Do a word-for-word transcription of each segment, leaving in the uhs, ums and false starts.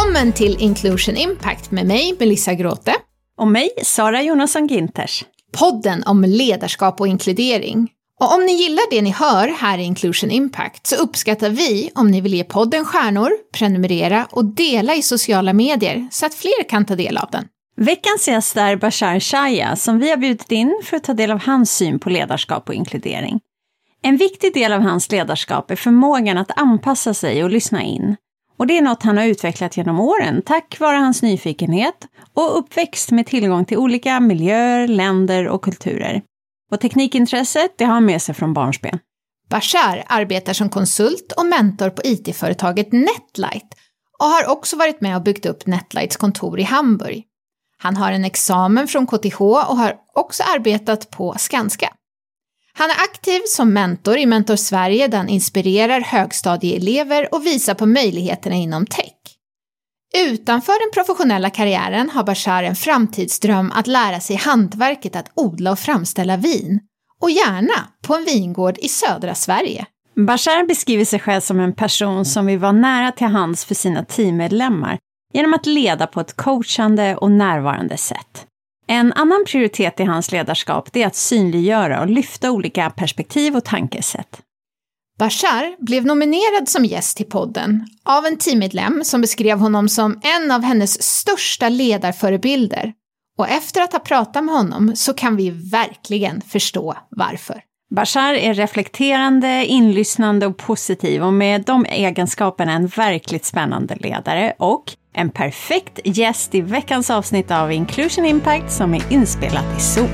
Välkommen till Inclusion Impact med mig, Melissa Gråte. Och mig, Sara Jonasson Ginters. Podden om ledarskap och inkludering. Och om ni gillar det ni hör här i Inclusion Impact så uppskattar vi om ni vill ge podden stjärnor, prenumerera och dela i sociala medier så att fler kan ta del av den. Veckans gäst är Bashar Shaya som vi har bjudit in för att ta del av hans syn på ledarskap och inkludering. En viktig del av hans ledarskap är förmågan att anpassa sig och lyssna in. Och det är något han har utvecklat genom åren tack vare hans nyfikenhet och uppväxt med tillgång till olika miljöer, länder och kulturer. Och teknikintresset det har han med sig från barnsben. Bashar arbetar som konsult och mentor på I T-företaget Netlight och har också varit med och byggt upp Netlights kontor i Hamburg. Han har en examen från K T H och har också arbetat på Skanska. Han är aktiv som mentor i Mentor Sverige där han inspirerar högstadieelever och visar på möjligheterna inom tech. Utanför den professionella karriären har Bashar en framtidsdröm att lära sig hantverket att odla och framställa vin. Och gärna på en vingård i södra Sverige. Bashar beskriver sig själv som en person som vill vara nära till hands för sina teammedlemmar genom att leda på ett coachande och närvarande sätt. En annan prioritet i hans ledarskap är att synliggöra och lyfta olika perspektiv och tankesätt. Bashar blev nominerad som gäst till podden av en teammedlem som beskrev honom som en av hennes största ledarförebilder. Och efter att ha pratat med honom så kan vi verkligen förstå varför. Bashar är reflekterande, inlyssnande och positiv och med de egenskaperna en verkligt spännande ledare och en perfekt gäst i veckans avsnitt av Inclusion Impact som är inspelat i Zoom.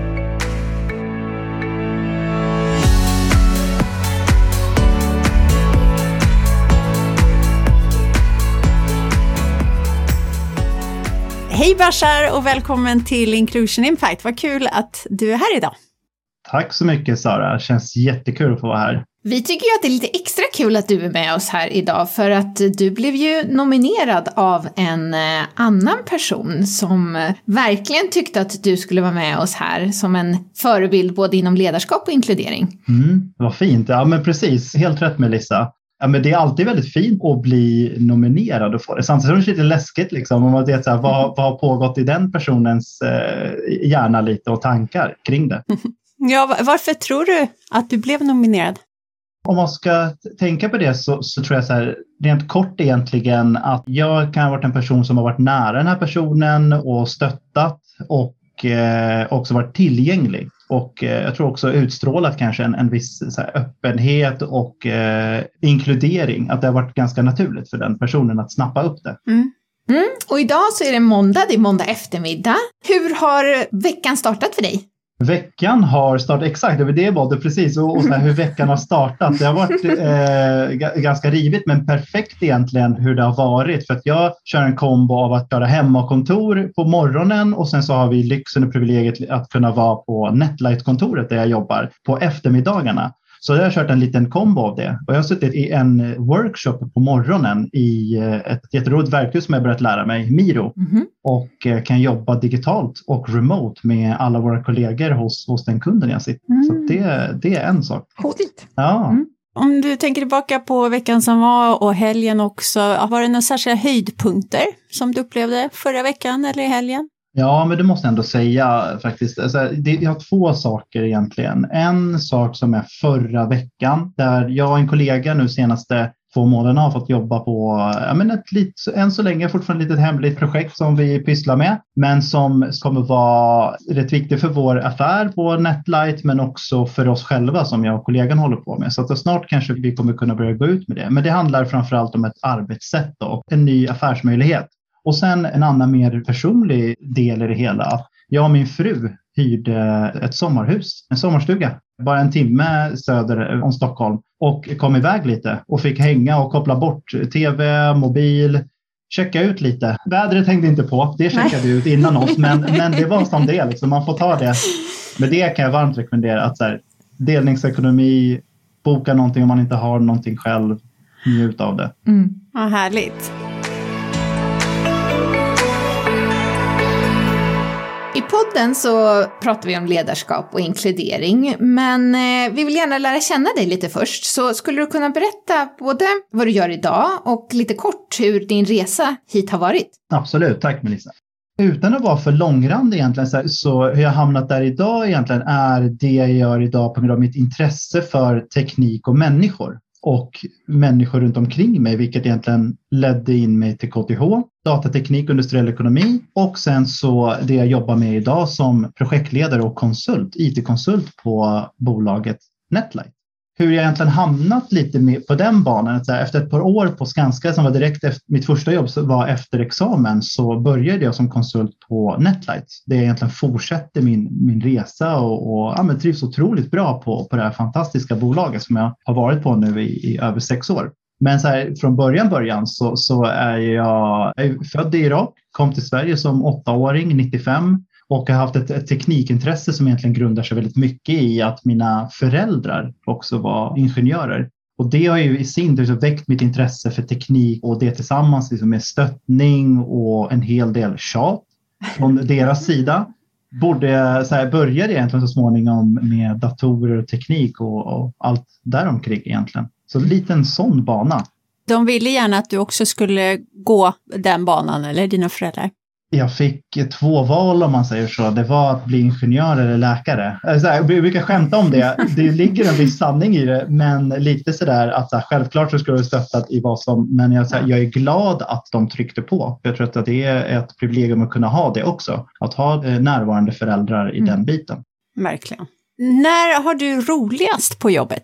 Hej Bashar och välkommen till Inclusion Impact. Vad kul att du är här idag. Tack så mycket Sara, det känns jättekul att få vara här. Vi tycker ju att det är lite extra kul att du är med oss här idag för att du blev ju nominerad av en annan person som verkligen tyckte att du skulle vara med oss här som en förebild både inom ledarskap och inkludering. Mm, vad fint, ja men precis, helt rätt Melissa. Ja, men det är alltid väldigt fint att bli nominerad och få det. Samtidigt är det lite läskigt liksom, om man vet så här, vad, vad har pågått i den personens eh, hjärna lite och tankar kring det. Ja, varför tror du att du blev nominerad? Om man ska tänka på det så, så tror jag så här, rent kort egentligen att jag kan ha varit en person som har varit nära den här personen och stöttat och eh, också varit tillgänglig. Och eh, jag tror också utstrålat kanske en, en viss så här, öppenhet och eh, inkludering. Att det har varit ganska naturligt för den personen att snappa upp det. Mm. Mm. Och idag så är det måndag, det är måndag eftermiddag. Hur har veckan startat för dig? Veckan har startat, exakt, det var det var det precis, och, och så här, hur veckan har startat. Det har varit eh, g- ganska rivigt men perfekt egentligen hur det har varit. För att jag kör en kombo av att köra hemmakontor på morgonen och sen så har vi lyxen och privilegiet att kunna vara på Netlight-kontoret där jag jobbar på eftermiddagarna. Så jag har kört en liten kombo av det. Och jag har suttit i en workshop på morgonen i ett jätteroligt verktyg som jag börjat lära mig, Miro. Mm-hmm. Och kan jobba digitalt och remote med alla våra kollegor hos, hos den kunden jag sitter. Mm. Så det, det är en sak. Coolt. Ja. Mm. Om du tänker tillbaka på veckan som var och helgen också, var det några särskilda höjdpunkter som du upplevde förra veckan eller i helgen? Ja, men det måste jag ändå säga faktiskt. Alltså, det, jag har två saker egentligen. En sak som är förra veckan där jag och en kollega nu senaste två månaderna har fått jobba på ja, men ett lit, än så länge fortfarande ett litet hemligt projekt som vi pysslar med. Men som kommer vara rätt viktigt för vår affär på Netlight men också för oss själva som jag och kollegan håller på med. Så att snart kanske vi kommer kunna börja gå ut med det. Men det handlar framförallt om ett arbetssätt och en ny affärsmöjlighet. Och sen en annan mer personlig del i det hela. Jag och min fru hyrde ett sommarhus, en sommarstuga. Bara en timme söder om Stockholm. Och kom iväg lite och fick hänga och koppla bort tv, mobil. Checka ut lite. Vädret hängde inte på, det checkade Nej. ut innan oss. Men, men det var som det, liksom. Man får ta det. Men det kan jag varmt rekommendera. Att så här, delningsekonomi, boka någonting om man inte har någonting själv. Njut av det. Mm. Ja, härligt. I podden så pratar vi om ledarskap och inkludering, men eh, vi vill gärna lära känna dig lite först. Så skulle du kunna berätta både vad du gör idag och lite kort hur din resa hit har varit? Absolut, tack Melissa. Utan att vara för långrandig egentligen, så, så hur jag hamnat där idag egentligen är det jag gör idag på grund av mitt intresse för teknik och människor. Och människor runt omkring mig, vilket egentligen ledde in mig till K T H, datateknik och industriell ekonomi. Och sen så det jag jobbar med idag som projektledare och konsult, I T-konsult på bolaget Netlight. Hur jag egentligen hamnat lite med på den banan. Efter ett par år på Skanska som var direkt efter mitt första jobb, så var efter examen, så började jag som konsult på Netlight. Det jag egentligen fortsätter min, min resa och, och ja, men trivs otroligt bra på, på det här fantastiska bolaget som jag har varit på nu i, i över sex år. Men så här, från början början så, så är jag, jag är född i Irak, kom till Sverige som åttaåring, nittiofem. Och jag har haft ett, ett teknikintresse som egentligen grundar sig väldigt mycket i att mina föräldrar också var ingenjörer. Och det har ju i sin tur väckt mitt intresse för teknik, och det tillsammans liksom med stöttning och en hel del tjat från deras sida. Borde, så här, började egentligen så småningom med datorer och teknik och, och allt däromkring egentligen. Så en liten sån bana. De ville gärna att du också skulle gå den banan, eller dina föräldrar? Jag fick två val om man säger så. Det var att bli ingenjör eller läkare. Alltså, jag brukar skämta om det. Det ligger en viss sanning i det. Men lite sådär att så här, självklart så skulle jag stöttat i vad som... Men jag, så här, jag är glad att de tryckte på. Jag tror att det är ett privilegium att kunna ha det också. Att ha närvarande föräldrar i mm. den biten. Verkligen. När har du roligast på jobbet?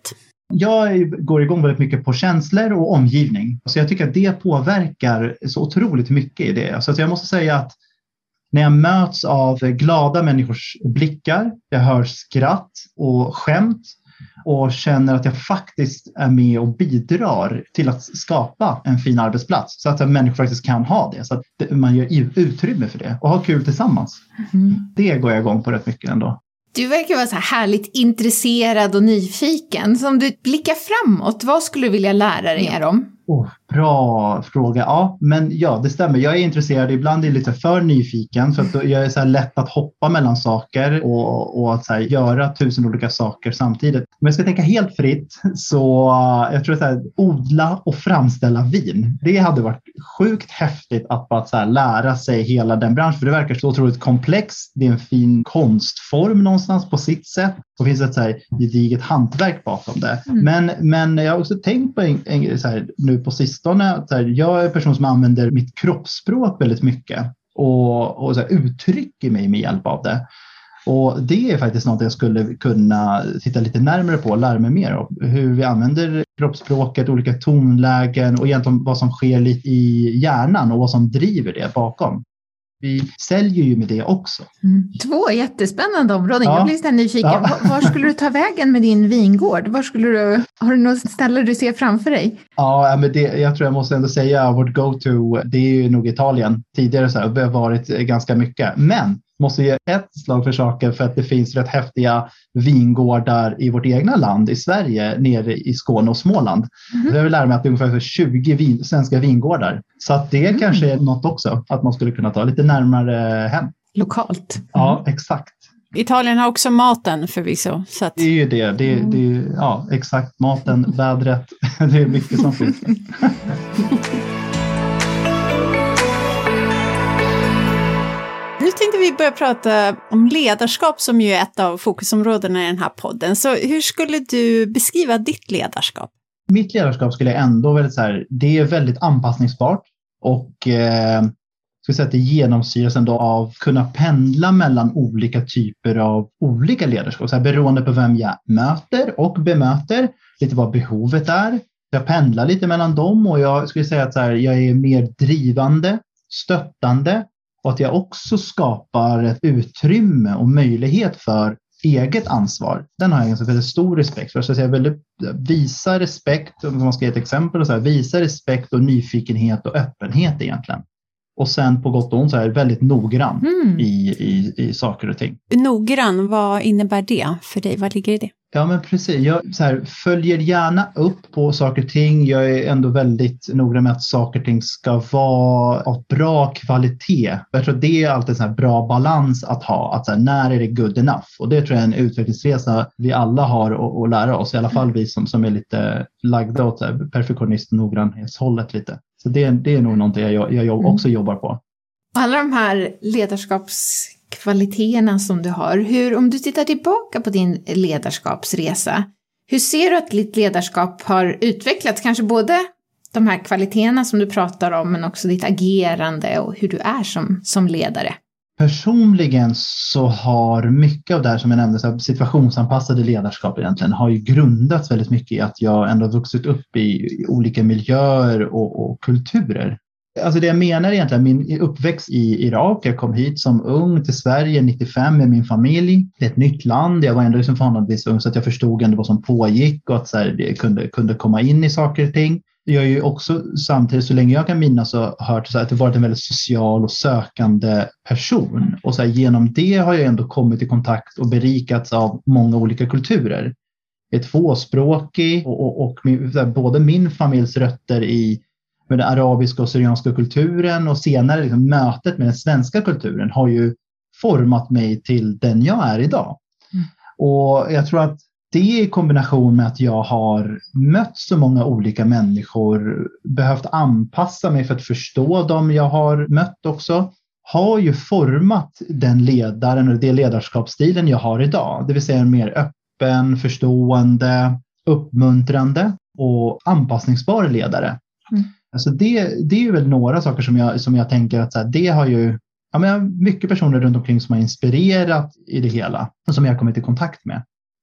Jag går igång väldigt mycket på känslor och omgivning. Så jag tycker att det påverkar så otroligt mycket i det. Så jag måste säga att när jag möts av glada människors blickar, jag hör skratt och skämt och känner att jag faktiskt är med och bidrar till att skapa en fin arbetsplats. Så att människor faktiskt kan ha det. Så att man gör utrymme för det och har kul tillsammans. Mm. Det går jag igång på rätt mycket ändå. Du verkar vara så här härligt intresserad och nyfiken. Så om du blickar framåt, vad skulle du vilja lära dig mer om? Oh, bra fråga. Ja, men ja, det stämmer. Jag är intresserad. Ibland är jag lite för nyfiken. För att jag är så här lätt att hoppa mellan saker och, och att så här göra tusen olika saker samtidigt. Om jag ska tänka helt fritt så jag tror att odla och framställa vin. Det hade varit sjukt häftigt att bara så här lära sig hela den branschen. För det verkar så otroligt komplext. Det är en fin konstform någonstans på sitt sätt. Och finns ett så här gediget hantverk bakom det. Mm. Men, men jag har också tänkt på en, en, så här, nu på sistone. Så här, jag är en person som använder mitt kroppsspråk väldigt mycket. Och, och så här, uttrycker mig med hjälp av det. Och det är faktiskt något jag skulle kunna titta lite närmare på och lära mig mer om. Hur vi använder kroppsspråket, olika tonlägen och egentligen vad som sker lite i hjärnan och vad som driver det bakom. Vi säljer ju med det också. Mm. Två jättespännande områden. Ja. Jag blir så nyfiken. Ja. Var, var skulle du ta vägen med din vingård? Var skulle du, har du något ställe du ser framför dig? Ja, men det, jag tror jag måste ändå säga vårt go-to, det är ju nog Italien. Tidigare så här, det har varit ganska mycket. Men måste ge ett slag för saker för att det finns rätt häftiga vingårdar i vårt egna land, i Sverige, nere i Skåne och Småland. Mm. Jag vill lära mig att det är ungefär tjugo vin, svenska vingårdar. Så att det mm. kanske är något också, att man skulle kunna ta lite närmare hem. Lokalt. Mm. Ja, exakt. Italien har också maten förvisso. Så att... Det är ju det. det, mm. det är, ja, exakt. Maten, vädret. Det är mycket som finns. Nu tänkte vi börja prata om ledarskap som ju är ett av fokusområdena i den här podden. Så hur skulle du beskriva ditt ledarskap? Mitt ledarskap skulle jag ändå väldigt så här, det är väldigt anpassningsbart och eh, ska säga att det genomsyras ändå av att kunna pendla mellan olika typer av olika ledarskap. Så här, beroende på vem jag möter och bemöter, lite vad behovet är. Jag pendlar lite mellan dem och jag skulle säga att så här, jag är mer drivande, stöttande. Och att jag också skapar ett utrymme och möjlighet för eget ansvar. Den har jag en väldigt stor respekt för. Så jag väldigt, visa respekt, om man ska ge ett exempel, och så här, visa respekt och nyfikenhet och öppenhet egentligen. Och sen på gott och ont så är jag väldigt noggrann mm. i, i, i saker och ting. Noggrann, vad innebär det för dig? Vad ligger i det? Ja, men precis. Jag så här, följer gärna upp på saker och ting. Jag är ändå väldigt noga med att saker och ting ska vara av bra kvalitet. Jag tror att det är alltid en sån här bra balans att ha. Att så här, när är det good enough? Och det tror jag är en utvecklingsresa vi alla har att, att lära oss. I alla fall vi som, som är lite lagda åt perfektionist och noggrannhetshållet lite. Så det, det är nog någonting jag, jag också jobbar på. Alla de här ledarskapskvaliteterna som du har, hur, om du tittar tillbaka på din ledarskapsresa, hur ser du att ditt ledarskap har utvecklats? Kanske både de här kvaliteterna som du pratar om, men också ditt agerande och hur du är som, som ledare. Personligen så har mycket av det här som jag nämnde, så här situationsanpassade ledarskap egentligen, har ju grundats väldigt mycket i att jag ändå vuxit upp i, i olika miljöer och, och kulturer. Alltså det jag menar egentligen, min uppväxt i Irak, jag kom hit som ung till Sverige nittiofem med min familj. Det är ett nytt land, jag var ändå liksom förhållandevis ung så att jag förstod ändå vad som pågick och att så här, det kunde, kunde komma in i saker och ting. Jag är ju också samtidigt, så länge jag kan minnas, så hört så här, att det varit en väldigt social och sökande person. Och så här, genom det har jag ändå kommit i kontakt och berikats av många olika kulturer. Jag är tvåspråkig och, och, och min, här, både min familjs rötter i med den arabiska och syrianska kulturen och senare liksom, mötet med den svenska kulturen har ju format mig till den jag är idag. Mm. Och jag tror att det i kombination med att jag har mött så många olika människor, behövt anpassa mig för att förstå dem jag har mött också, har ju format den ledaren och det ledarskapsstilen jag har idag. Det vill säga en mer öppen, förstående, uppmuntrande och anpassningsbar ledare. Mm. Alltså det, det är ju väl några saker som jag, som jag tänker att så här, det har ju ja, men jag har mycket personer runt omkring som har inspirerat i det hela och som jag har kommit i kontakt med.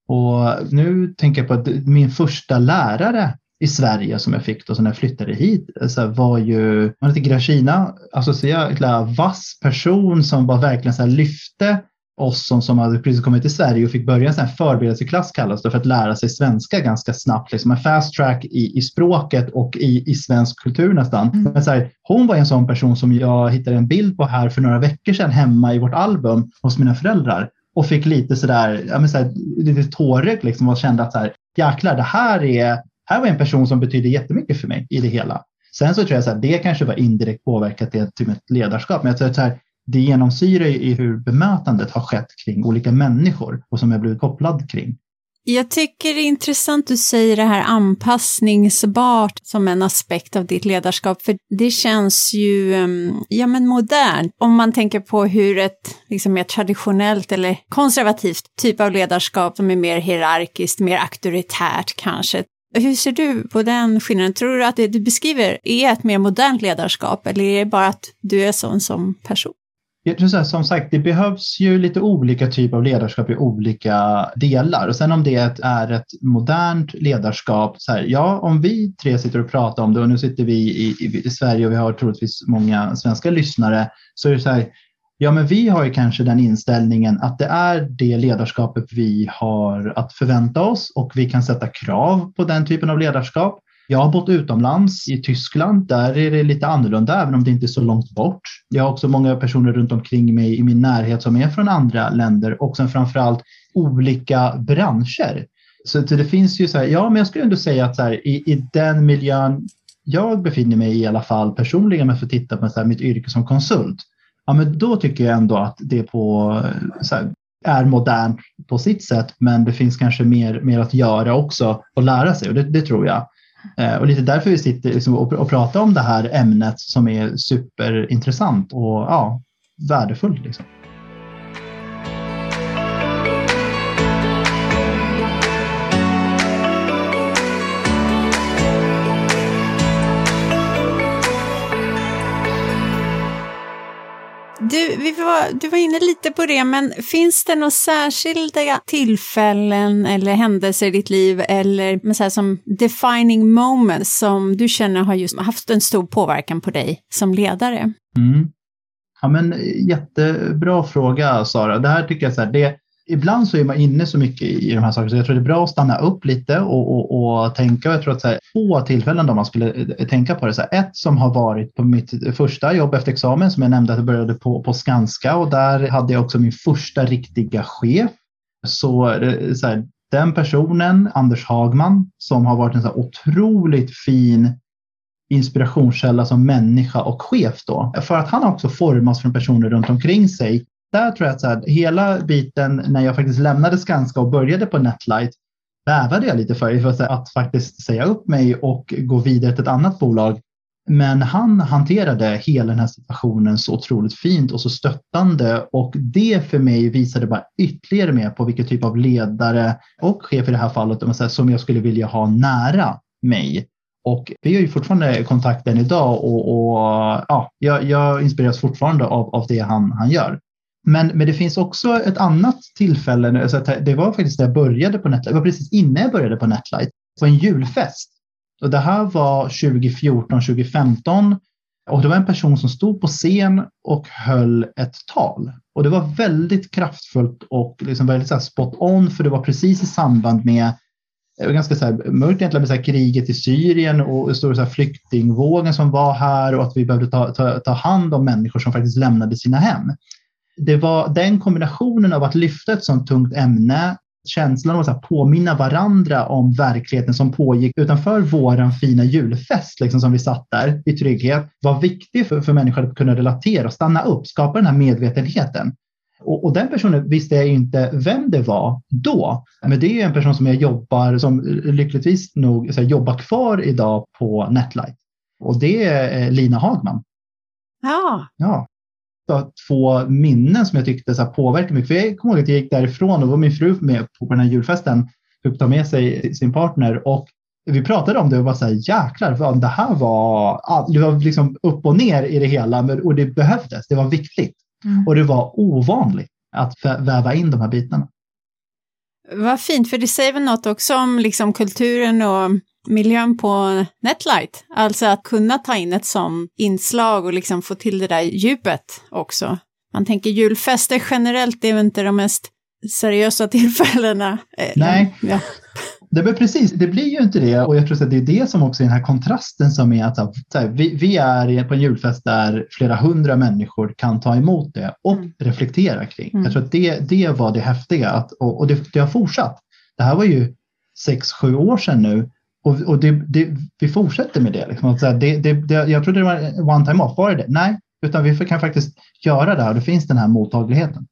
Och nu tänker jag på att min första lärare i Sverige som jag fick då när jag flyttade hit så här, var ju, man heter Grashina, alltså så jäkla vass person som bara verkligen så här lyfte oss som, som hade precis kommit till Sverige och fick börja en sån här förberedelseklass kallas det för att lära sig svenska ganska snabbt. Liksom en fast track i, i språket och i, i svensk kultur nästan. Mm. Men så här, hon var en sån person som jag hittade en bild på här för några veckor sedan hemma i vårt album hos mina föräldrar. Och fick lite sådär, ja men så här, lite tårigt liksom och kände att så här, jäklar, det här är, här var en person som betyder jättemycket för mig i det hela. Sen så tror jag så här, det kanske var indirekt påverkat det till mitt ledarskap. Men jag tror att så här, det genomsyrar i hur bemötandet har skett kring olika människor och som jag blivit kopplad kring. Jag tycker det är intressant att du säger det här anpassningsbart som en aspekt av ditt ledarskap. För det känns ju ja, men modernt. Om man tänker på hur ett liksom, mer traditionellt eller konservativt typ av ledarskap som är mer hierarkiskt, mer auktoritärt kanske. Hur ser du på den skillnaden? Tror du att det du beskriver är ett mer modernt ledarskap eller är det bara att du är sån som person? Jag tror så här, som sagt, det behövs ju lite olika typer av ledarskap i olika delar. Och sen om det är ett modernt ledarskap, så här, ja, om vi tre sitter och pratar om det och nu sitter vi i, i, i Sverige och vi har troligtvis många svenska lyssnare, så är det så här, ja men vi har ju kanske den inställningen att det är det ledarskapet vi har att förvänta oss och vi kan sätta krav på den typen av ledarskap. Jag har bott utomlands i Tyskland, där är det lite annorlunda även om det inte är så långt bort. Jag har också många personer runt omkring mig i min närhet som är från andra länder och sen framförallt olika branscher. Så det finns ju så här, ja men jag skulle ändå säga att så här, i, i den miljön jag befinner mig i i alla fall personligen med att få titta på så här, mitt yrke som konsult. Ja men då tycker jag ändå att det på, så här, är modernt på sitt sätt men det finns kanske mer, mer att göra också och lära sig och det, det tror jag. Och lite därför vi sitter liksom och, och pratar om det här ämnet som är superintressant och ja, värdefullt liksom. Du, vi var, du var inne lite på det, men finns det några särskilda tillfällen eller händelser i ditt liv eller men så här, som defining moments som du känner har just haft en stor påverkan på dig som ledare? Mm. Ja, men jättebra fråga, Sara. Det här tycker jag så här, det, ibland så är man inne så mycket i de här sakerna så jag tror det är bra att stanna upp lite och, och, och tänka. Jag tror att så här, få tillfällen då man skulle tänka på det. Så här, ett som har varit på mitt första jobb efter examen som jag nämnde att jag började på, på Skanska och där hade jag också min första riktiga chef. Så, så här, den personen, Anders Hagman, som har varit en så här otroligt fin inspirationskälla som människa och chef då. För att han har också formats från personer runt omkring sig. Där tror jag att så här, hela biten när jag faktiskt lämnade Skanska och började på Netlight bävade jag lite för, för att faktiskt säga upp mig och gå vidare till ett annat bolag. Men han hanterade hela den här situationen så otroligt fint och så stöttande, och det för mig visade bara ytterligare mer på vilken typ av ledare och chef i det här fallet som jag skulle vilja ha nära mig. Och vi har ju fortfarande kontakten idag och, och ja, jag, jag inspireras fortfarande av, av det han, han gör. Men, men det finns också ett annat tillfälle, alltså det var faktiskt när jag började på Netlight, det var precis innan jag började på Netlight, på en julfest. Och det här var tjugo fjorton tjugo femton och det var en person som stod på scen och höll ett tal. Och det var väldigt kraftfullt och liksom väldigt så här spot on, för det var precis i samband med det var ganska så här mörkt egentligen med så här kriget i Syrien och stora så här flyktingvågen som var här, och att vi behövde ta, ta, ta hand om människor som faktiskt lämnade sina hem. Det var den kombinationen av att lyfta ett sånt tungt ämne, känslan av att påminna varandra om verkligheten som pågick utanför våran fina julfest liksom, som vi satt där i trygghet, var viktig för, för människor att kunna relatera och stanna upp, skapa den här medvetenheten. Och, och den personen visste jag inte vem det var då, men det är en person som jag jobbar, som lyckligtvis nog så här, jobbar kvar idag på Netlight. Och det är Lina Hagman. Ja. Ja. Två minnen som jag tyckte så här påverkade mig. För jag kommer ihåg att jag gick därifrån och var min fru med på den här julfesten, fick ta med sig sin partner, och vi pratade om det och var så här, jäklar, för det här var, det var liksom upp och ner i det hela, och det behövdes, det var viktigt. Mm. Och det var ovanligt att väva in de här bitarna. Vad fint, för det säger väl något också om liksom kulturen och miljön på Netlight. Alltså att kunna ta in ett sånt inslag och liksom få till det där djupet också. Man tänker julfester generellt, det är väl inte de mest seriösa tillfällena. Nej, ja. det blir precis, det blir ju inte det, och jag tror att det är det som också är den här kontrasten som är att så här, vi, vi är på en julfest där flera hundra människor kan ta emot det och mm. reflektera kring. Mm. Jag tror att det, det var det häftiga, att, och, och det, det har fortsatt. Det här var ju sex, sju år sedan nu, och, och det, det, vi fortsätter med det. Liksom, att så här, det, det, det jag trodde det var one time off, var det det? Nej, utan vi kan faktiskt göra det här, och det finns den här mottagligheten.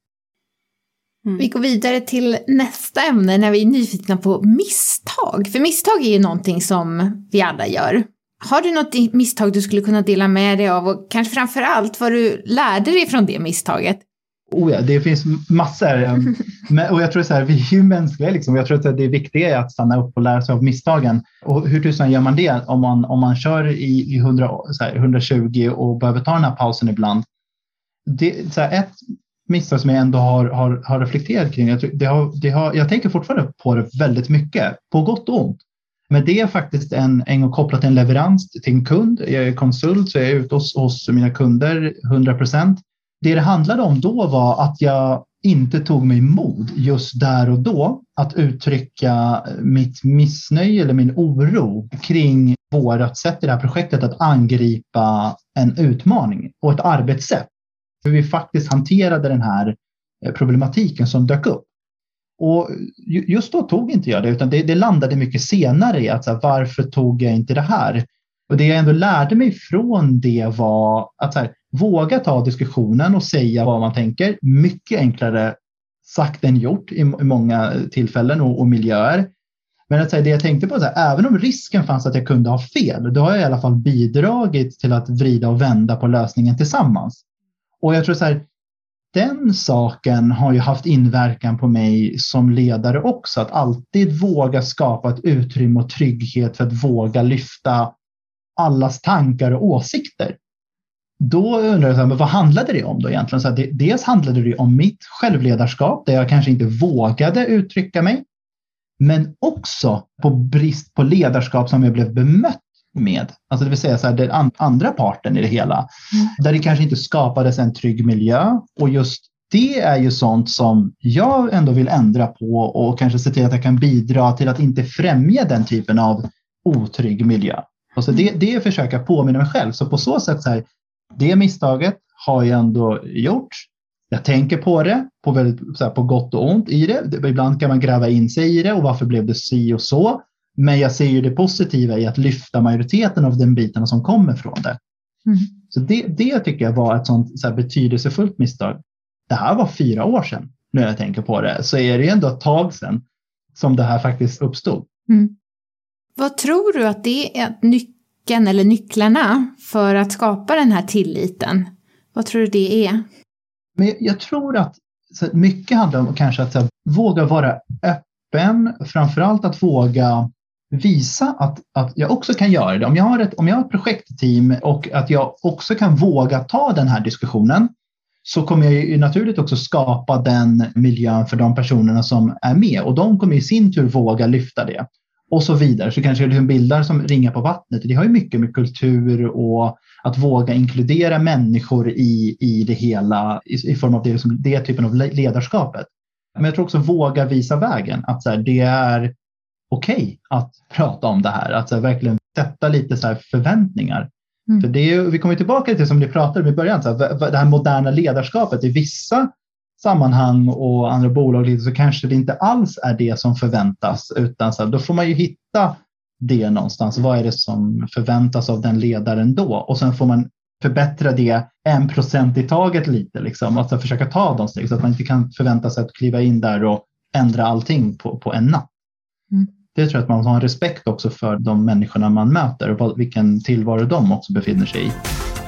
Mm. Vi går vidare till nästa ämne när vi är nyfikna på misstag. För misstag är ju någonting som vi alla gör. Har du något misstag du skulle kunna dela med dig av, och kanske framför allt vad du lärde dig från det misstaget? Oh ja, det finns massor. Men, och jag tror så här, vi är ju mänskliga liksom. Jag tror att det är viktigt att stanna upp och lära sig av misstagen. Och hur tusan gör man det om man, om man kör i, i hundra, så här, hundratjugo och behöver ta den här pausen ibland? Det, så här, ett misstag som jag ändå har, har, har reflekterat kring. Jag, det har, det har, jag tänker fortfarande på det väldigt mycket, på gott och ont. Men det är faktiskt en, en gång kopplat till en leverans till en kund. Jag är konsult, så jag är ute hos, hos mina kunder hundra procent. Det det handlade om då var att jag inte tog mig mod just där och då att uttrycka mitt missnöje eller min oro kring vårt sätt i det här projektet att angripa en utmaning och ett arbetssätt. Hur vi faktiskt hanterade den här problematiken som dök upp. Och just då tog inte jag det, utan det, det landade mycket senare i att så här, varför tog jag inte det här? Och det jag ändå lärde mig från det var att så här, våga ta diskussionen och säga vad man tänker. Mycket enklare sagt än gjort i, i många tillfällen och, och miljöer. Men att säga, det jag tänkte på, så här, även om risken fanns att jag kunde ha fel, då har jag i alla fall bidragit till att vrida och vända på lösningen tillsammans. Och jag tror så här, den saken har ju haft inverkan på mig som ledare också. Att alltid våga skapa ett utrymme och trygghet för att våga lyfta allas tankar och åsikter. Då undrar jag, så här, men vad handlade det om då egentligen? Så här, det, dels handlade det om mitt självledarskap där jag kanske inte vågade uttrycka mig. Men också på brist på ledarskap som jag blev bemött med. Alltså det vill säga så här, den andra parten i det hela. Mm. Där det kanske inte skapades en trygg miljö. Och just det är ju sånt som jag ändå vill ändra på och kanske se till att jag kan bidra till att inte främja den typen av otrygg miljö. Och så det, det är att försöka påminna mig själv. Så på så sätt så här, det misstaget har jag ändå gjort. Jag tänker på det, på, väldigt, så här, på gott och ont i det. Ibland kan man gräva in sig i det och varför blev det si och så. Men jag ser ju det positiva i att lyfta majoriteten av den bitarna som kommer från det. Mm. Så det, det tycker jag var ett sånt så här betydelsefullt misstag. Det här var fyra år sedan, när jag tänker på det. Så är det ändå ett tag sedan som det här faktiskt uppstod. Mm. Vad tror du att det är nyckeln eller nycklarna för att skapa den här tilliten? Vad tror du det är? Men jag tror att så mycket handlar om kanske att så här, våga vara öppen. Framförallt att våga visa att, att jag också kan göra det. Om jag har ett, om jag har ett projektteam och att jag också kan våga ta den här diskussionen, så kommer jag ju naturligt också skapa den miljön för de personerna som är med. Och de kommer i sin tur våga lyfta det. Och så vidare. Så kanske det liksom bildar som ringar på vattnet. Det har ju mycket med kultur och att våga inkludera människor i, i det hela. I, i form av det, liksom, det typen av ledarskapet. Men jag tror också våga visa vägen. Att så här, det är okej okay att prata om det här. Att så här, verkligen sätta lite så här förväntningar. Mm. För det är ju, vi kommer tillbaka till som ni pratade om i början. Så här, det här moderna ledarskapet i vissa sammanhang och andra bolag så kanske det inte alls är det som förväntas. Utan så här, då får man ju hitta det någonstans. Vad är det som förväntas av den ledaren då? Och sen får man förbättra det en procent i taget lite. Liksom, alltså försöka ta de steg så att man inte kan förvänta sig att kliva in där och ändra allting på, på en natt. Mm. Det tror jag att man har en respekt också för de människorna man möter och vad, vilken tillvaro de också befinner sig i.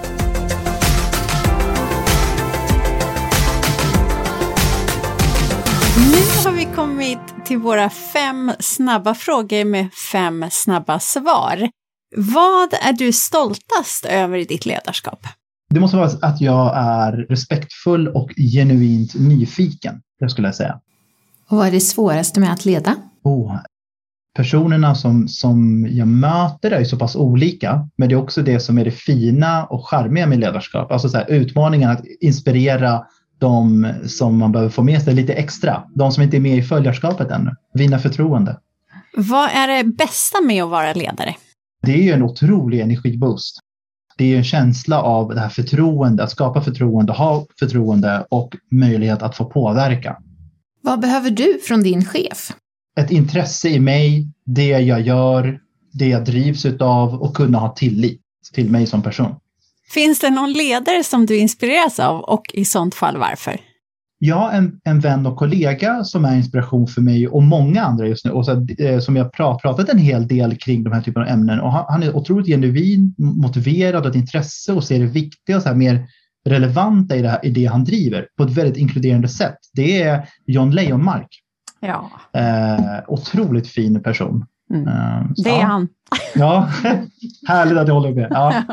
Nu har vi kommit till våra fem snabba frågor med fem snabba svar. Vad är du stoltast över i ditt ledarskap? Det måste vara att jag är respektfull och genuint nyfiken, det skulle jag säga. Och vad är det svåraste med att leda? Oh, personerna som, som jag möter är ju så pass olika, men det är också det som är det fina och charmiga med ledarskap. Alltså så här, utmaningen att inspirera de som man behöver få med sig lite extra. De som inte är med i följarskapet ännu. Vinna förtroende. Vad är det bästa med att vara ledare? Det är ju en otrolig energiboost. Det är ju en känsla av det här förtroende, att skapa förtroende, ha förtroende och möjlighet att få påverka. Vad behöver du från din chef? Ett intresse i mig, det jag gör, det jag drivs utav och kunna ha tillit till mig som person. Finns det någon ledare som du inspireras av och i sånt fall varför? Jag har en, en vän och kollega som är inspiration för mig och många andra just nu. Och så, eh, som jag prat, pratat en hel del kring de här typerna av ämnen. Och han, han är otroligt genuin, motiverad och ett intresse och ser det viktiga och så här mer relevanta i det, här, i det han driver på ett väldigt inkluderande sätt. Det är John Lejonmark. Ja. Eh, otroligt fin person. Mm. Uh, det är ja. han. Ja, härligt att jag håller med. Ja.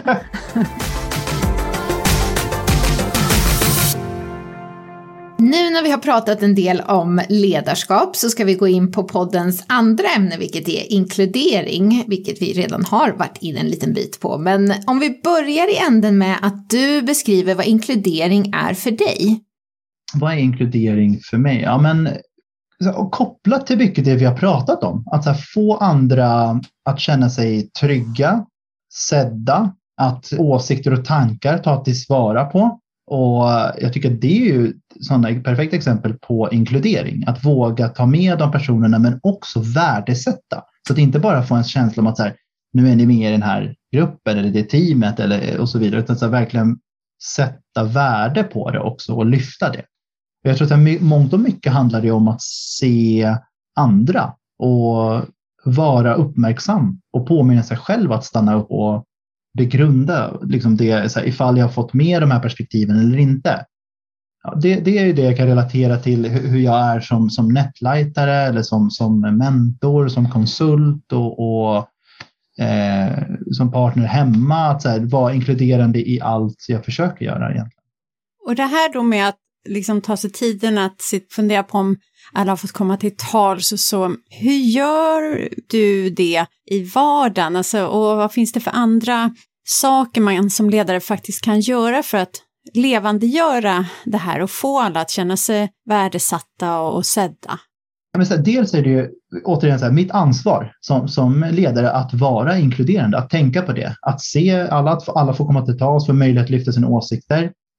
Nu när vi har pratat en del om ledarskap så ska vi gå in på poddens andra ämne, vilket är inkludering, vilket vi redan har varit in en liten bit på. Men om vi börjar i änden med att du beskriver vad inkludering är för dig. Vad är inkludering för mig? Ja, men och kopplat till mycket det vi har pratat om. Att så här, få andra att känna sig trygga, sedda, att åsikter och tankar ta till svara på. Och jag tycker att det är ju sådana perfekta exempel på inkludering. Att våga ta med de personerna men också värdesätta. Så att inte bara få en känsla om att så här, nu är ni med i den här gruppen eller det teamet eller, och så vidare. Utan så här, verkligen sätta värde på det också och lyfta det. Jag tror att mångt och mycket handlar det om att se andra och vara uppmärksam och påminna sig själv att stanna upp och begrunda liksom det, så här, ifall jag har fått med de här perspektiven eller inte. Ja, det, det är ju det jag kan relatera till hur jag är som, som netlightare eller som, som mentor, som konsult och, och eh, som partner hemma. Att så här, vara inkluderande i allt jag försöker göra egentligen. Och det här då med att liksom ta sig tiden att fundera på om alla har fått komma till tals och så. Hur gör du det i vardagen? Alltså, och vad finns det för andra saker man som ledare faktiskt kan göra för att levandegöra det här och få alla att känna sig värdesatta och sedda? Men så här, dels är det ju återigen så här, mitt ansvar som, som ledare att vara inkluderande, att tänka på det. Att se alla, att alla får komma till tals, få möjlighet att lyfta sina åsikter.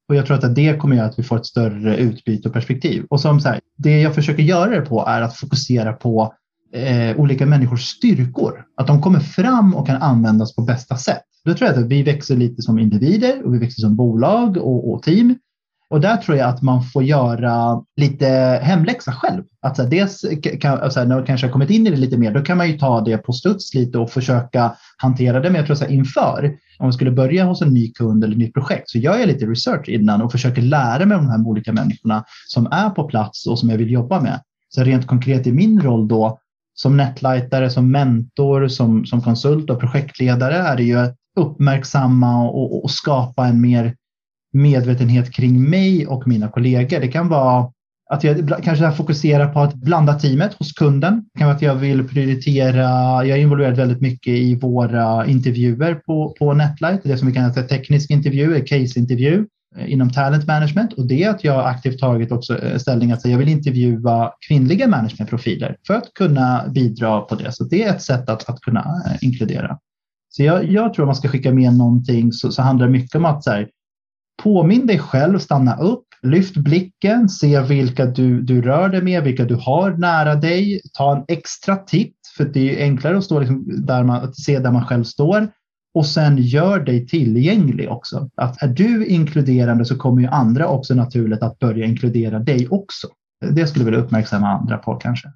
Och jag tror att det kommer göra att vi får ett större utbyte och perspektiv. Och som så här, det jag försöker göra det på är att fokusera på eh, olika människors styrkor. Att de kommer fram och kan användas på bästa sätt. Då tror jag att vi växer lite som individer och vi växer som bolag och, och team. Och där tror jag att man får göra lite hemläxa själv. Att så här, dels kan, alltså, när man kanske har kommit in i det lite mer, då kan man ju ta det på studs lite och försöka hantera det. Men jag tror så här, inför, om man skulle börja hos en ny kund eller ett nytt projekt, så gör jag lite research innan och försöker lära mig om de här olika människorna som är på plats och som jag vill jobba med. Så rent konkret i min roll då, som netlightare, som mentor, som, som konsult och projektledare, är det ju att uppmärksamma och, och skapa en mer medvetenhet kring mig och mina kollegor. Det kan vara att jag kanske fokuserar på att blanda teamet hos kunden. Det kan vara att jag vill prioritera, jag är involverad väldigt mycket i våra intervjuer på, på Netlight, det som vi kan kalla teknisk intervju, case-intervju inom talent management, och det är att jag aktivt tagit också ställning att jag vill intervjua kvinnliga managementprofiler för att kunna bidra på det. Så det är ett sätt att, att kunna inkludera. Så jag, jag tror att man ska skicka med någonting, så, så handlar det mycket om att så här, påminn dig själv, stanna upp, lyft blicken, se vilka du, du rör dig med, vilka du har nära dig. Ta en extra titt, för det är enklare att stå liksom där man, att se där man själv står. Och sen gör dig tillgänglig också. Att är du inkluderande så kommer ju andra också naturligt att börja inkludera dig också. Det skulle jag vilja uppmärksamma andra på kanske.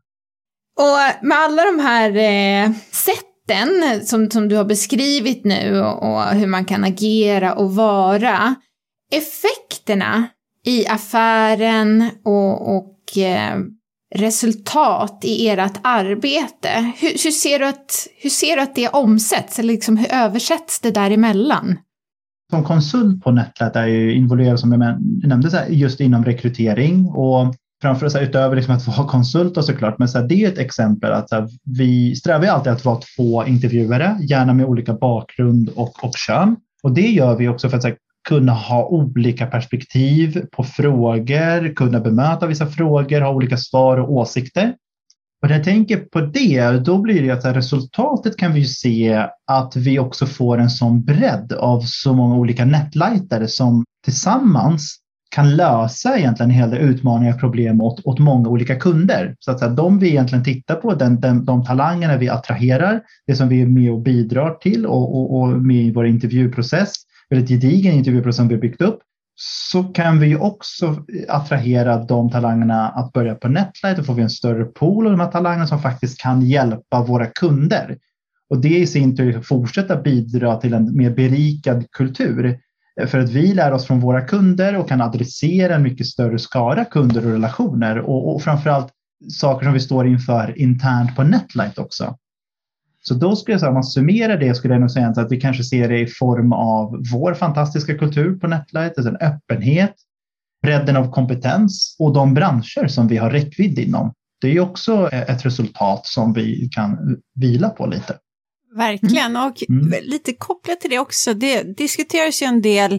Och med alla de här eh, sätten som, som du har beskrivit nu och, och hur man kan agera och vara, effekterna i affären och, och eh, resultat i ert arbete, hur, hur, ser du att, hur ser du att det omsätts? Eller liksom, hur översätts det däremellan? Som konsult på Netlight är jag ju involverad, som jag nämnde, så här, just inom rekrytering och framför allt utöver liksom att vara konsult och såklart. Men så här, det är ett exempel att så här, vi strävar alltid att vara två intervjuare, gärna med olika bakgrund och, och kön. Och det gör vi också för att så här, kunna ha olika perspektiv på frågor, kunna bemöta vissa frågor, ha olika svar och åsikter. Och när jag tänker på det, då blir det att här, resultatet kan vi ju se att vi också får en sån bredd av så många olika netlightare som tillsammans kan lösa egentligen en hel del utmaningar och problem åt, åt många olika kunder. Så att så här, de vi egentligen tittar på, den, den, de talangerna vi attraherar, det som vi är med och bidrar till och, och, och med i vår intervjuprocess, väldigt gedigen intervjuprocess som vi har byggt upp, så kan vi ju också attrahera de talangerna att börja på Netlight, och får vi en större pool av de här talangerna som faktiskt kan hjälpa våra kunder. Och det i sin tur fortsätta bidra till en mer berikad kultur. För att vi lär oss från våra kunder och kan adressera en mycket större skara kunder och relationer. Och, och framförallt saker som vi står inför internt på Netlight också. Så då skulle jag säga, om man summerar det, skulle jag nog säga att vi kanske ser det i form av vår fantastiska kultur på Netlight, alltså en öppenhet, bredden av kompetens och de branscher som vi har räckvidd inom. Det är ju också ett resultat som vi kan vila på lite. Verkligen, och mm. lite kopplat till det också, det diskuteras ju en del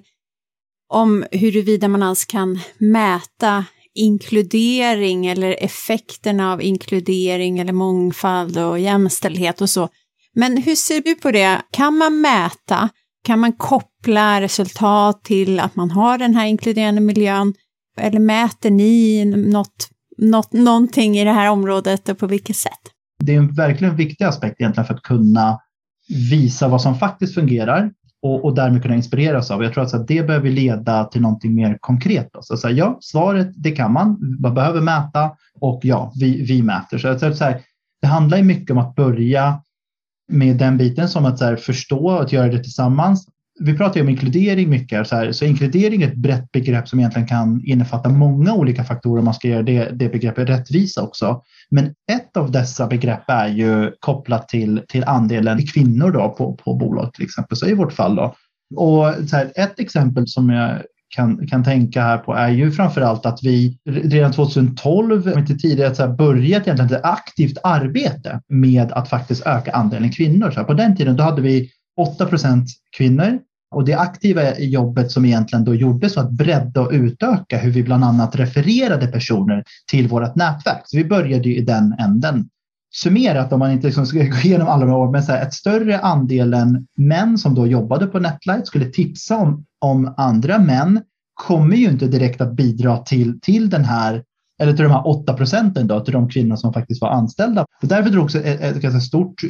om huruvida man alls kan mäta inkludering eller effekterna av inkludering eller mångfald och jämställdhet och så. Men hur ser du på det? Kan man mäta? Kan man koppla resultat till att man har den här inkluderande miljön? Eller mäter ni något, något, någonting i det här området och på vilket sätt? Det är en verkligen viktig aspekt egentligen för att kunna visa vad som faktiskt fungerar och, och därmed kunna inspireras av. Jag tror att det behöver leda till någonting mer konkret. Så, så här, ja, svaret, det kan man. Man behöver mäta och ja, vi, vi mäter. Så, så, så här, det handlar ju mycket om att börja med den biten som att så här, förstå och att göra det tillsammans. Vi pratar ju om inkludering mycket. Så, här, så inkludering är ett brett begrepp som egentligen kan innefatta många olika faktorer om man ska göra det, det begreppet rättvisa också. Men ett av dessa begrepp är ju kopplat till, till andelen kvinnor då på, på bolag till exempel, så i vårt fall då. Och så här, ett exempel som jag kan, kan tänka här på är ju framförallt att vi redan tjugohundratolv, inte tidigare, så här, börjat egentligen ett aktivt arbete med att faktiskt öka andelen kvinnor. Så här, på den tiden då hade vi åtta procent kvinnor. Och det aktiva jobbet som egentligen då gjorde så att bredda och utöka hur vi bland annat refererade personer till vårt nätverk. Så vi började ju i den änden. Summerat, om man inte liksom ska gå igenom alla de år, men så här, ett större andelen män som då jobbade på Netlight skulle tipsa om, om andra män kommer ju inte direkt att bidra till, till den här, eller till de här åtta procenten då, till de kvinnor som faktiskt var anställda. Och därför drog också ett, ett ganska stort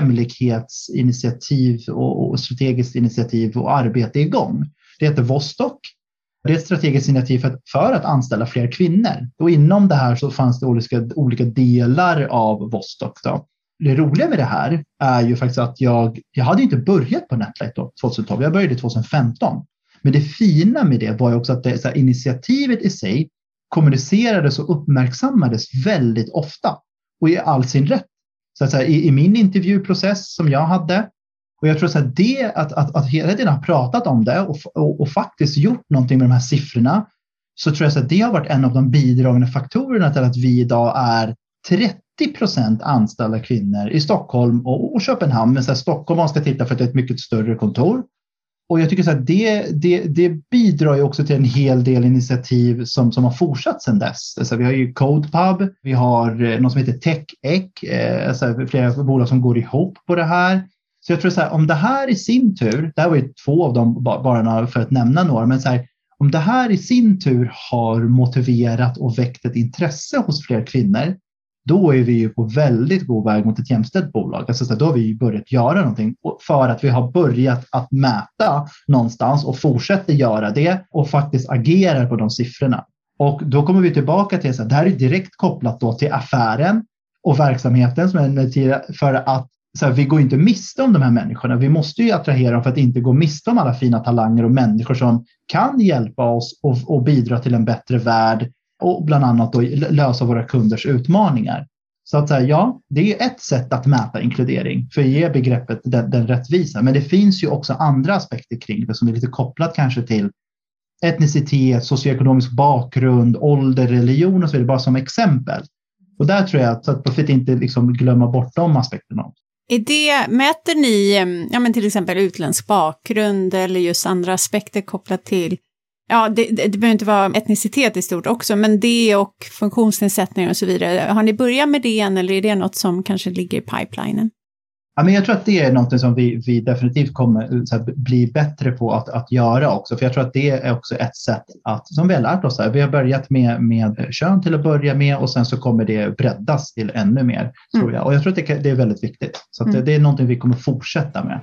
jämlikhetsinitiativ och, och strategiskt initiativ och arbete igång. Det heter Vostok. Det är ett strategiskt initiativ för att, för att anställa fler kvinnor. Och inom det här så fanns det olika, olika delar av Vostok då. Det roliga med det här är ju faktiskt att jag, jag hade inte börjat på Netlight då, tjugohundratolv. Jag började tjugohundrafemton. Men det fina med det var ju också att det, så här, initiativet i sig kommunicerades och uppmärksammades väldigt ofta och i all sin rätt. Så att, så här, i, i min intervjuprocess som jag hade, och jag tror att det att, att, att hela tiden ha pratat om det och, och, och faktiskt gjort någonting med de här siffrorna, så tror jag att det har varit en av de bidragande faktorerna till att vi idag är trettio procent anställda kvinnor i Stockholm och, och Köpenhamn. Men så här, Stockholm man ska titta för att det är ett mycket större kontor. Och jag tycker så att det, det, det bidrar ju också till en hel del initiativ som, som har fortsatt sedan dess. Alltså vi har ju CodePub, vi har något som heter TechEck, eh, alltså flera bolag som går ihop på det här. Så jag tror så här, om det här i sin tur, det här var ju två av dem bara för att nämna några, men så här, om det här i sin tur har motiverat och väckt ett intresse hos fler kvinnor, då är vi ju på väldigt god väg mot ett jämställt bolag. Alltså så här, då har vi börjat göra någonting för att vi har börjat att mäta någonstans och fortsätter göra det och faktiskt agerar på de siffrorna. Och då kommer vi tillbaka till att det här är direkt kopplat då till affären och verksamheten som är för att så här, vi går inte miste om de här människorna. Vi måste ju attrahera dem för att inte gå miste om alla fina talanger och människor som kan hjälpa oss och, och bidra till en bättre värld och bland annat då lösa våra kunders utmaningar. Så att säga, ja, det är ett sätt att mäta inkludering för att ge begreppet den, den rättvisa. Men det finns ju också andra aspekter kring det som är lite kopplat kanske till etnicitet, socioekonomisk bakgrund, ålder, religion och så vidare, bara som exempel. Och där tror jag att, att för att inte liksom glömma bort de aspekterna. Är det, mäter ni ja, men till exempel utländsk bakgrund eller just andra aspekter kopplat till, ja det, det, det behöver inte vara etnicitet i stort också, men det och funktionsnedsättningar och så vidare. Har ni börjat med det än eller är det något som kanske ligger i pipelinen? Ja, men jag tror att det är något som vi, vi definitivt kommer så här, bli bättre på att, att göra också. För jag tror att det är också ett sätt att, som vi har lärt oss här, vi har börjat med, med kön till att börja med och sen så kommer det breddas till ännu mer, mm. tror jag. Och jag tror att det, det är väldigt viktigt. Så att mm. det, det är någonting vi kommer fortsätta med.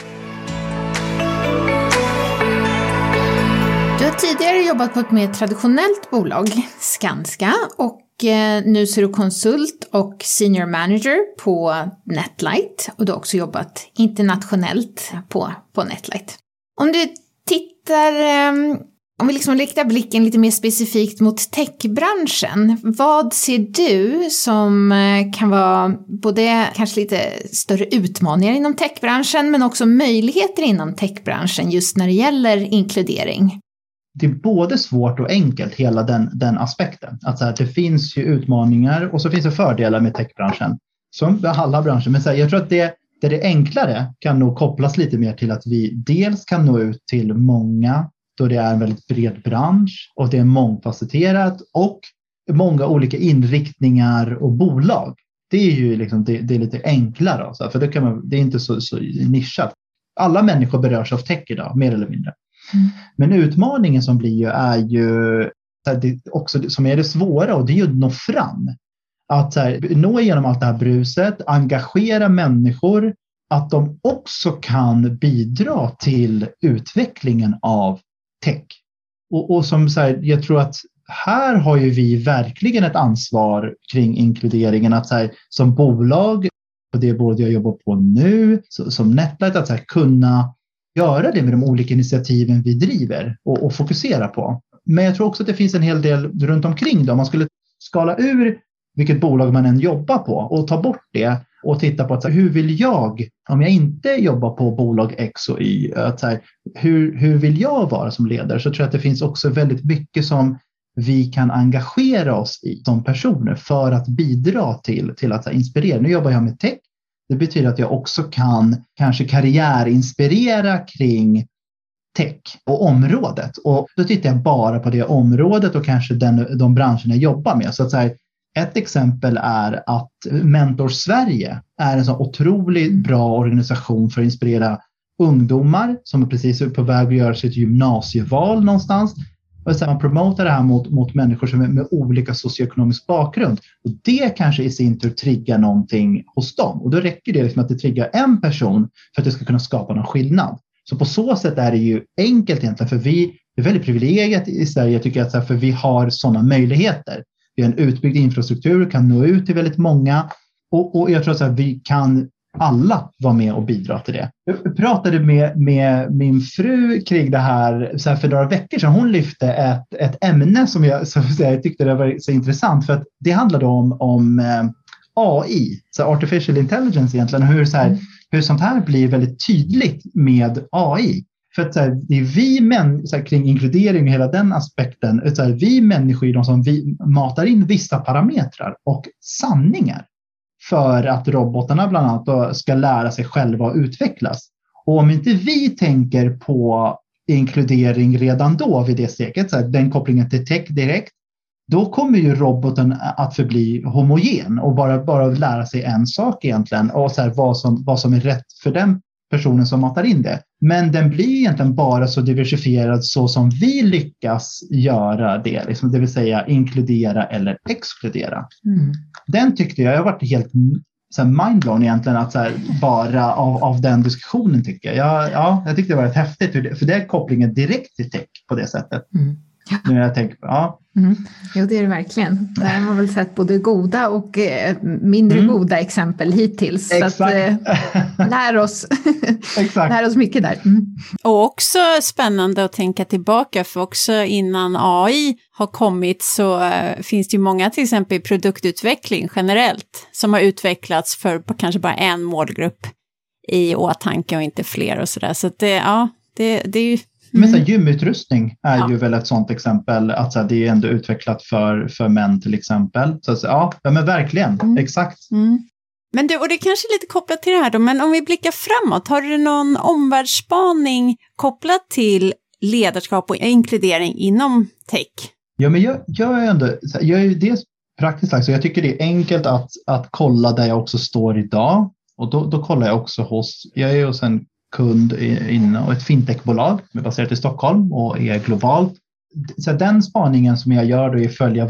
Du har tidigare jobbat på ett mer traditionellt bolag, Skanska, och nu så är du konsult och senior manager på Netlight och du har också jobbat internationellt på, på Netlight. Om du tittar, om vi liksom riktar blicken lite mer specifikt mot techbranschen, vad ser du som kan vara både kanske lite större utmaningar inom techbranschen men också möjligheter inom techbranschen just när det gäller inkludering? Det är både svårt och enkelt, hela den, den aspekten. Att så här, det finns ju utmaningar och så finns det fördelar med techbranschen. Som med alla branscher. Men så här, jag tror att det, det, det enklare kan nog kopplas lite mer till att vi dels kan nå ut till många då det är en väldigt bred bransch och det är mångfacetterat och många olika inriktningar och bolag. Det är ju liksom, det, det är lite enklare. Alltså, för det, kan man, det är inte så, så nischat. Alla människor berörs av tech idag, mer eller mindre. Mm. Men utmaningen som blir ju är ju det också som är det svåra och det är ju att nå fram. Att så här, nå igenom allt det här bruset, engagera människor, att de också kan bidra till utvecklingen av tech. Och, och som så här, jag tror att här har ju vi verkligen ett ansvar kring inkluderingen att så här, som bolag, och det är både jag jobbar på nu, så, som Netlight, att så här, kunna göra det med de olika initiativen vi driver och, och fokusera på. Men jag tror också att det finns en hel del runt omkring det. Om man skulle skala ur vilket bolag man än jobbar på och ta bort det och titta på att så här, hur vill jag, om jag inte jobbar på bolag X och Y, att så här, hur, hur vill jag vara som ledare? Så tror jag att det finns också väldigt mycket som vi kan engagera oss i som personer för att bidra till, till att så här, inspirera. Nu jobbar jag med tech. Det betyder att jag också kan kanske karriärinspirera kring tech och området. Och då tittar jag bara på det området och kanske den, de branscherna jag jobbar med. Så att så här, ett exempel är att Mentor Sverige är en så otroligt bra organisation för att inspirera ungdomar som är precis på väg att göra sitt gymnasieval någonstans. Och så här, man promotar det här mot, mot människor som är med olika socioekonomisk bakgrund. Och det kanske i sin tur triggar någonting hos dem. Och då räcker det liksom att det triggar en person för att det ska kunna skapa någon skillnad. Så på så sätt är det ju enkelt egentligen, för vi är väldigt privilegierat i Sverige, tycker jag, så här, för vi har sådana möjligheter. Vi har en utbyggd infrastruktur, kan nå ut till väldigt många. Och, och jag tror att vi kan alla vara med och bidra till det. Jag pratade med, med min fru kring det här, så här för några veckor sedan. Hon lyfte ett, ett ämne som jag, som jag tyckte det var så intressant. För att det handlade om, om eh, A I, så artificial intelligence egentligen. Hur, så här, hur sånt här blir väldigt tydligt med A I. För att så här, det är vi män, så här, kring inkludering och hela den aspekten. Så här, vi människor är de som vi matar in vissa parametrar och sanningar. För att robotarna bland annat ska lära sig själva och utvecklas. Och om inte vi tänker på inkludering redan då vid det steget, så här, den kopplingen till tech direkt, då kommer ju roboten att förbli homogen och bara, bara lära sig en sak egentligen. Och så här, vad, som, vad som är rätt för den personen som matar in det. Men den blir egentligen bara så diversifierad så som vi lyckas göra det. Liksom, det vill säga inkludera eller exkludera. Mm. Den tyckte jag, jag har varit helt så här, mindblown egentligen att så här, bara av, av den diskussionen tycker jag. Jag, ja, jag tyckte det var rätt häftigt för det, för det är kopplingen direkt till tech på det sättet. Mm. Ja. Nu när jag tänker på, ja. Mm. Jo, det är det verkligen. Där har man väl sett både goda och eh, mindre mm. goda exempel hittills. Exakt. Så att, eh, lär oss. Exakt. Lär oss mycket där. Mm. Och också spännande att tänka tillbaka, för också innan A I har kommit så eh, finns det ju många till exempel produktutveckling generellt som har utvecklats för på kanske bara en målgrupp i åtanke och inte fler och sådär. Så att det, ja, det, det är ju Men så här, gymutrustning är ja. ju väl ett sånt exempel, att så här, det är ändå utvecklat för, för män till exempel. Så, så ja, ja, men verkligen, mm. exakt. Mm. Men du, och det är kanske är lite kopplat till det här då, men om vi blickar framåt, har du någon omvärldsspaning kopplat till ledarskap och inkludering inom tech? Ja, men jag, jag är ändå, jag är ju dels praktiskt, så jag tycker det är enkelt att, att kolla där jag också står idag. Och då, då kollar jag också hos, jag är hos en kund inom ett fintechbolag baserat i Stockholm och är globalt. Så den spaningen som jag gör då är att följa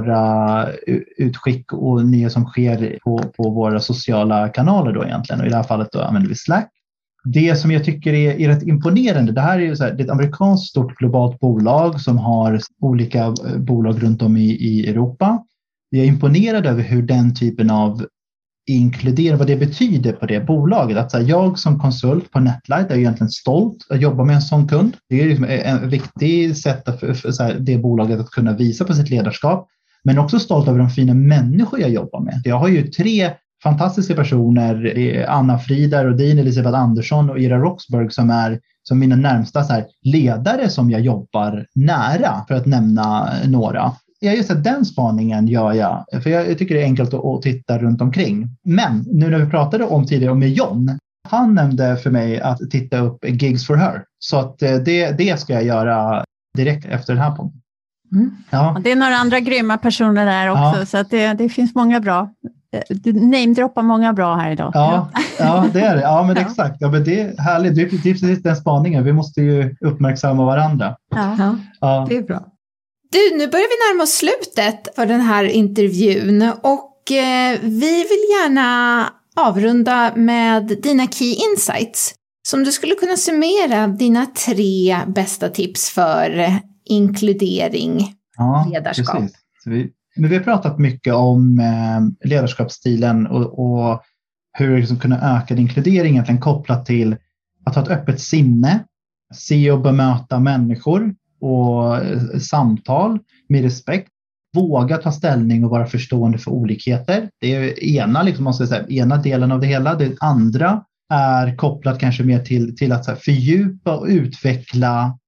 våra utskick och nya som sker på, på våra sociala kanaler då egentligen. Och i det här fallet då använder vi Slack. Det som jag tycker är, är rätt imponerande, det här är ju så här, det är ett amerikanskt stort globalt bolag som har olika bolag runt om i, i Europa. Jag är imponerad över hur den typen av inkludera vad det betyder på det bolaget. Att så här, jag som konsult på Netlight är egentligen stolt att jobba med en sån kund. Det är liksom en viktig sätt för, för så här, det bolaget att kunna visa på sitt ledarskap. Men också stolt över de fina människor jag jobbar med. Jag har ju tre fantastiska personer, Anna Frida Rodin, Elisabeth Andersson och Ira Roxburgh som är som mina närmsta så här, ledare som jag jobbar nära, för att nämna några. Ja, just att den spaningen gör jag, för jag, jag tycker det är enkelt att, att titta runt omkring. Men nu när vi pratade om tidigare med John, han nämnde för mig att titta upp Gigs for Her. Så att det, det ska jag göra direkt efter den här podden. Mm. Ja. Det är några andra grymma personer där också, ja. Så att det, det finns många bra. Du namedroppar många bra här idag. Ja, ja det är det. Ja, men ja. Exakt. Ja, men det är härligt. Det är precis den spaningen. Vi måste ju uppmärksamma varandra. Ja, ja. Det är bra. Du, nu börjar vi närma oss slutet för den här intervjun och eh, vi vill gärna avrunda med dina key insights. Som du skulle kunna summera dina tre bästa tips för inkludering, ja, ledarskap. Precis. Så vi, men vi har pratat mycket om eh, ledarskapsstilen och, och hur liksom kunna öka inkludering egentligen kopplat till att ha ett öppet sinne, se och bemöta människor och samtal med respekt, våga ta ställning och vara förstående för olikheter. Det är ena, liksom, måste jag säga, ena delen av det hela. Det andra är kopplat kanske mer till, till att så här, fördjupa och utveckla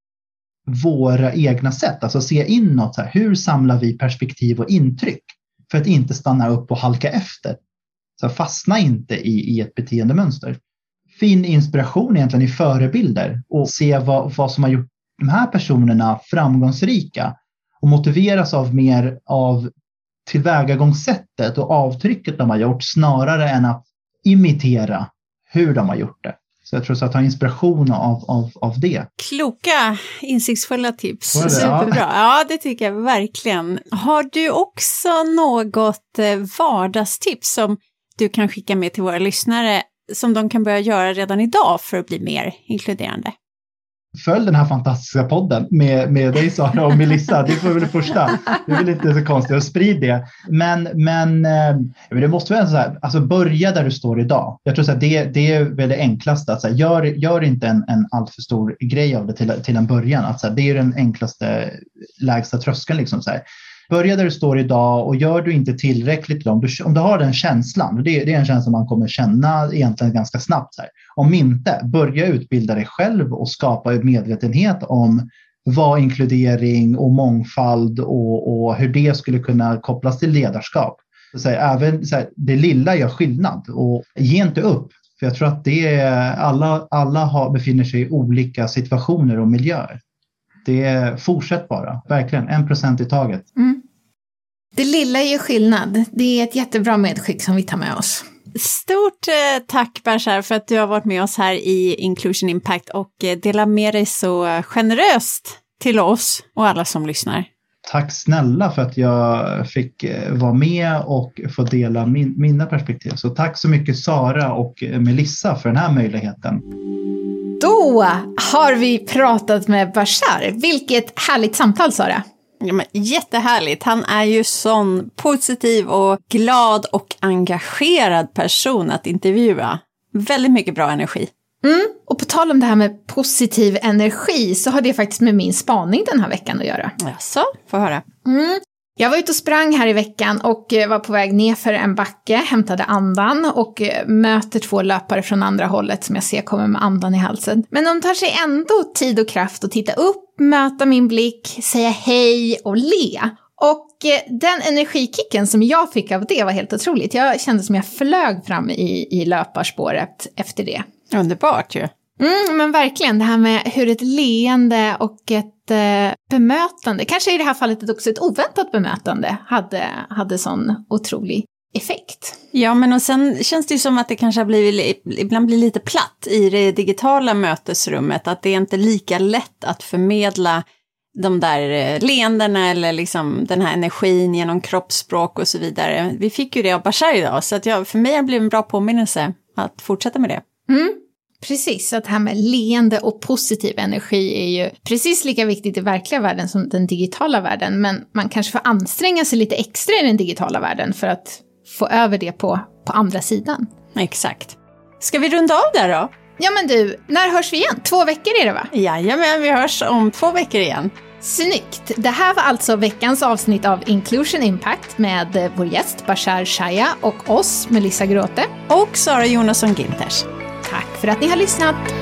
våra egna sätt. Alltså se inåt, så här, hur samlar vi perspektiv och intryck för att inte stanna upp och halka efter. Så fastna inte i, i ett beteendemönster. Finn inspiration egentligen i förebilder och se vad, vad som har gjort de här personerna framgångsrika och motiveras av mer av tillvägagångssättet och avtrycket de har gjort snarare än att imitera hur de har gjort det. Så jag tror så att ta inspiration av, av, av det. Kloka, insiktsfulla tips. Det, Superbra. ja. Ja, det tycker jag verkligen. Har du också något vardagstips som du kan skicka med till våra lyssnare som de kan börja göra redan idag för att bli mer inkluderande? Följ den här fantastiska podden med, med dig Sara och Melissa. Det får väl det första. Det är väl inte så konstigt att sprida det. Men, men, men det måste vara så här, alltså börja där du står idag. Jag tror så här, det, det är väl det enklaste. Att så här, gör, gör inte en, en alltör stor grej av det till, till en början. Att så här, det är den enklaste, lägsta tröskeln. Liksom, så här. Börja där du står idag och gör du inte tillräckligt, om du, om du har den känslan, det, det är en känsla man kommer känna egentligen ganska snabbt. Så här. Om inte, börja utbilda dig själv och skapa en medvetenhet om vad inkludering och mångfald och, och hur det skulle kunna kopplas till ledarskap. Så här, även så här, det lilla gör skillnad och ge inte upp. För jag tror att det är, alla, alla har, befinner sig i olika situationer och miljöer. Det är, fortsätt bara, verkligen, en procent i taget. Mm. Det lilla gör skillnad. Det är ett jättebra medskick som vi tar med oss. Stort eh, tack Bashar för att du har varit med oss här i Inclusion Impact och eh, delar med dig så generöst till oss och alla som lyssnar. Tack snälla för att jag fick eh, vara med och få dela min, mina perspektiv. Så tack så mycket Sara och Melissa för den här möjligheten. Då har vi pratat med Bashar. Vilket härligt samtal, Sara. Ja, men jättehärligt. Han är ju sån positiv och glad och engagerad person att intervjua. Väldigt mycket bra energi. Mm. Och på tal om det här med positiv energi så har det faktiskt med min spaning den här veckan att göra. Jaså, få höra. Mm. Jag var ute och sprang här i veckan och var på väg ner för en backe, hämtade andan och möter två löpare från andra hållet som jag ser kommer med andan i halsen. Men de tar sig ändå tid och kraft att titta upp, möta min blick, säga hej och le. Och den energikicken som jag fick av det var helt otroligt. Jag kände som jag flög fram i, i löparspåret efter det. Underbart ju. Mm, men verkligen, det här med hur ett leende och ett eh, bemötande, kanske i det här fallet också ett oväntat bemötande, hade, hade sån otrolig effekt. Ja, men och sen känns det ju som att det kanske har blivit, ibland blir lite platt i det digitala mötesrummet, att det är inte lika lätt att förmedla de där leendena eller liksom den här energin genom kroppsspråk och så vidare. Vi fick ju det av Bashar idag, så att jag, för mig har det blivit en bra påminnelse att fortsätta med det. Mm. Precis, att det här med leende och positiv energi är ju precis lika viktigt i verkliga världen som den digitala världen. Men man kanske får anstränga sig lite extra i den digitala världen för att få över det på, på andra sidan. Exakt. Ska vi runda av där då? Ja men du, när hörs vi igen? Två veckor är det va? Jajamän, vi hörs om två veckor igen. Snyggt! Det här var alltså veckans avsnitt av Inclusion Impact med vår gäst Bashar Shaya och oss, Melissa Grote. Och Sara Jonasson Ginters. Tack för att ni har lyssnat!